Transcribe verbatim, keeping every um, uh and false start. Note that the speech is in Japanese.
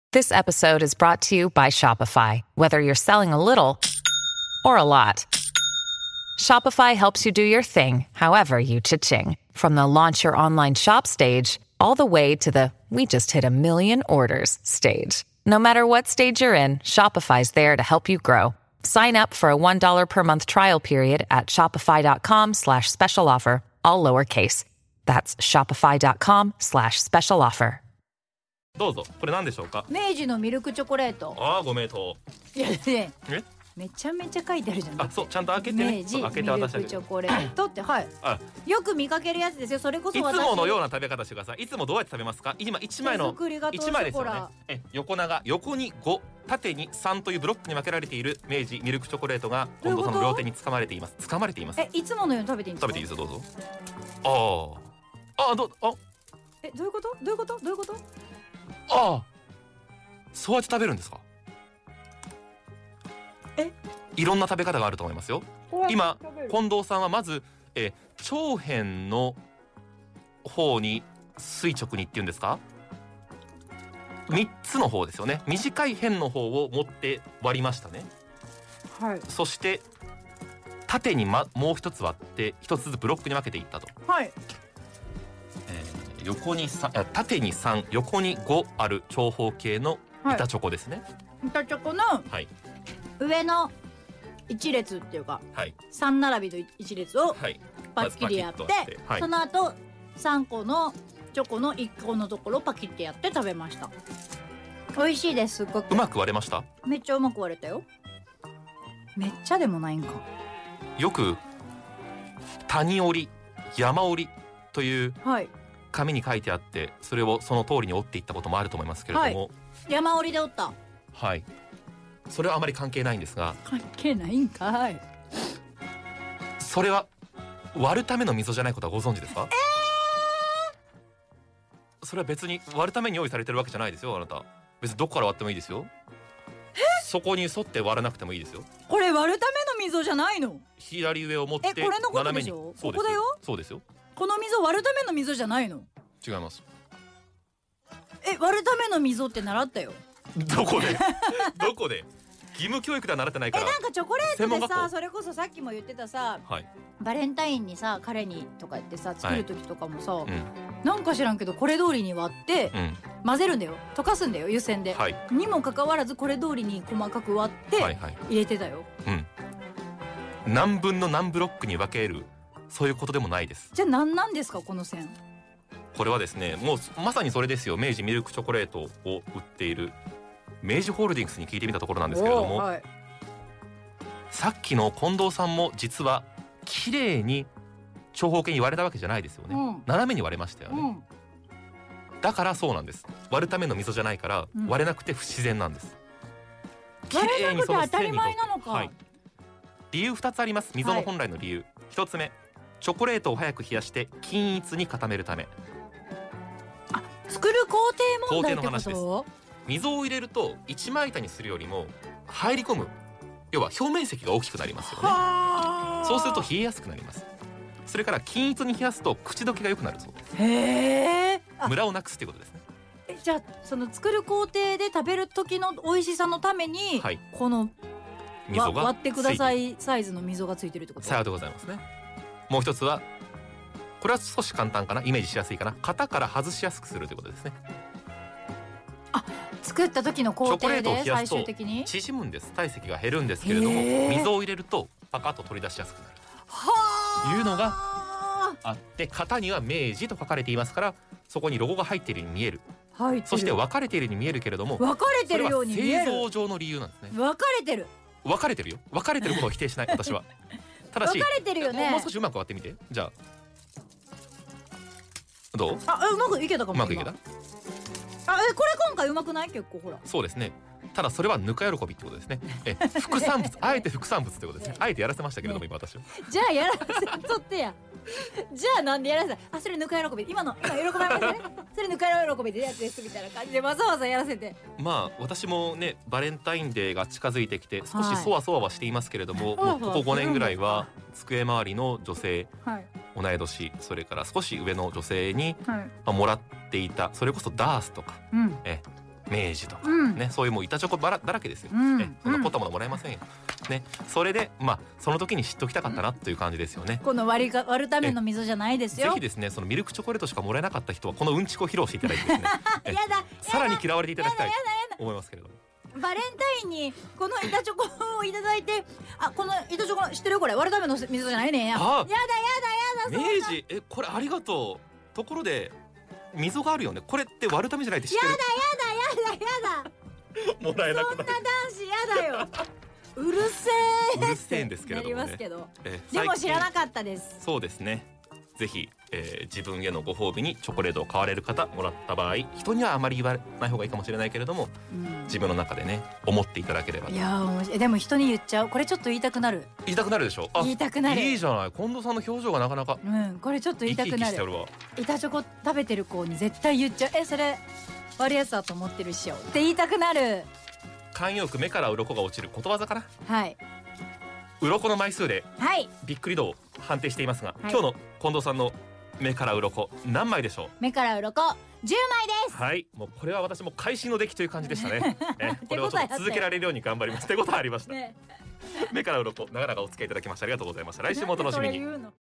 This episode is brought to you by Shopify. Whether you're selling a little or a lot, Shopify helps you do your thing, however you cha-ching. From the launch your online shop stage, all the way to the we just hit a million orders stage. No matter what stage you're in, Shopify's there to help you grow. Sign up for a one dollar per month trial period at shopify.com slash special offer, all lowercase. That's shopify.com slash special offer. どうぞ。これ何でしょうか。 明治のミルクチョコレート。 ああ、ご名答。 いやね、 えめちゃめちゃ書いてあるじゃん。 あ、そう、ちゃんと開けてね。 明治開けてミル渡してあげる。 クチョコレートってはい。 あ、 よく見かけるやつですよ。それこそいつ私ものような食べ方してください。いつもどうやって食べますか。今いちまいの手作りガトーいちまいですよねショコラ。 え、横長、横にご、縦にさんというブロックに分けられている明治ミルクチョコレートが近藤さんの両手に掴まれています。掴まれています。 え、いつものように食べていいんですか。 食べていいですよ、どうぞ。ああ、あ、どう、あ、 え、どういうことどういうことどういうこと。 ああ、そうやって食べるんですか。 え、 いろんな食べ方があると思いますよ。今近藤さんはまず、えー、長辺の方に垂直にっていうんですか、みっつの方ですよね。短い辺の方を持って割りましたね。 はい。 そして縦に、ま、もう一つ割って一つずつブロックに分けていったと。 はい。 えー、横にさん、縦にさん、横にごある長方形の板チョコですね。 板チョコのはい。 上の一列っていうか、 はい。 三並びの一列をはい。 パッキリやって、 まずパキッと割ってはい、 その後三個のチョコの一個のところをパキッてやって食べました。美味しいです。すっごくうまく割れました。 めっちゃうまく割れたよ。めっちゃでもないんか。 よく谷折り、山折りというはい紙に書いてあって、それをその通りに折っていったこともあると思いますけれども、 山折りで折った。 はい、それはあまり関係ないんですが、 関係ないんかい。 それは割るための溝じゃないことはご存知ですか。えー、それは別に割るために用意されてるわけじゃないですよ。あなた別にどこから割ってもいいですよ。そこに沿って割らなくてもいいですよ。 これ割るための溝じゃないの。 左上を持ってえ、これのこと斜めに。 でしょ。 そうですよ。 ここだよ。 そうですよ。 この溝割るための溝じゃないの。 違います。 え、割るための溝って習ったよ。 どこでどこで義務教育では習ってないから。 え、なんかチョコレートでさ、 専門学校それこそさっきも言ってたさ、 はい、 バレンタインにさ彼にとか言ってさ作る時とかもさ、 うん、 なんか知らんけどこれ通りに割ってうん、 混ぜるんだよ。溶かすんだよ、湯煎で、 はい、 にもかかわらずこれ通りに細かく割ってはいはい、 入れてたよ。 うん、何分の何ブロックに分ける、そういうことでもないです。 じゃあ何なんですかこの線。 これはですね、もうまさにそれですよ。明治ミルクチョコレートを売っている明治ホールディングスに聞いてみたところなんですけれども、 はい、 さっきの近藤さんも実は綺麗に長方形に割れたわけじゃないですよね、 うん、 斜めに割れましたよね、 うん、 だからそうなんです。割るための溝じゃないから、 うん、 割れなくて不自然なんです。 割れなくて当たり前なのか、 はい、理由ふたつあります。溝の本来の理由、はい、ひとつめ、チョコレートを早く冷やして均一に固めるため。 あ、作る工程問題ってこと。 工程の話です。溝を入れると一枚板にするよりも入り込む、要は表面積が大きくなりますよね。そうすると冷えやすくなります。それから均一に冷やすと口どけが良くなるそうです。 へー、 ムラをなくすっていうことですね。 え、じゃあその作る工程で食べる時の美味しさのために、はい、この溝が割ってくださいサイズの溝がついてるってこと。 さようでございますね。もう一つは、これは少し簡単かな、イメージしやすいかな、型から外しやすくするということですね。 あ、作った時の工程で最終的に縮むんです。体積が減るんですけれども、水を入れるとパカッと取り出しやすくなるというのがあって、型には明治と書かれていますから、そこにロゴが入っているように見える。そして分かれているように見えるけれども、 分かれてるように見える。 それは製造上の理由なんですね。 分かれてる分かれてるよ。分かれてることを否定しない私は。ただし分かれてるよね。 もう少しうまく割ってみて。じゃあどう？ あ、うまくいけたかも。 うまくいけた？ あ、え、これ今回うまくない？結構ほら。 そうですね。ただそれはぬか喜びってことですね。え、副産物、あえて副産物ってことですね。あえてやらせましたけれども、今私は。 じゃあやらせとってや。じゃあなんでやらせた？あ、それぬか喜び。今の今喜びましたね。それぬか喜びでやつですみたいな感じでわざわざやらせて。 まあ私もね、バレンタインデーが近づいてきて少しそわそわはしていますけれども、はい、もうここごねんぐらいは机周りの女性、はい、同い年、それから少し上の女性に、はい、まあ、もらっていた、それこそダースとか、うん、え明治とか、 うんね、そういうもう板チョコだらだらけですよ、 うんね、そんな凝ったものもらえませんよ、ね、それでまあその時に知っておきたかったなという感じですよね。 この割りか割るための溝じゃないですよ。 ぜひですね、そのミルクチョコレートしかもらえなかった人はこのうんちくを披露していただいてですねえやださらに嫌われていただきたいやだやだと思いますけれども。 バレンタインにこの板チョコをいただいて、あ、この板チョコ知ってるこれ割るための溝じゃないねんや。やだあやだやだそんな明治えこれありがとう。ところで溝があるよね。これって割るためじゃないって知ってる？ やだやだやだもらえなそんなくなる。 男子やだよ。うるせえ。 うるせえんですけれどもねなりますけど。 えでも知らな最近かったです。 そうですね。ぜひ、えー自分へのご褒美にチョコレートを買われる方もらった場合、人にはあまり言わない方がいいかもしれないけれども、 うん自分の中でね思っていただければと。 いやー面白い。でも人に言っちゃう。これちょっと言いたくなる。 言いたくなるでしょ。あ言いたくなる。 いいじゃない。近藤さんの表情がなかなかうん、これちょっと言い生き生たくなる。 きしておるわ。 板チョコ食べてる子に絶対言っちゃう。え、それ割るやつだと思ってるっしょって言いたくなる。 慣用句目から鱗が落ちることわざかな。 はい鱗の枚数ではい。 びっくり度を判定していますが、 はい今日の近藤さんの目から鱗何枚でしょ目から鱗じゅうまいです。 う。はい、もうこれは私も会心の出来という感じでしたね。えこれをちょっ手応えあったよと続けられるように頑張ります。手応えありました。 ね、 目から鱗長々お付き合いいただきましてありがとうございました。来週もお楽しみに。 なんでそれ言うの。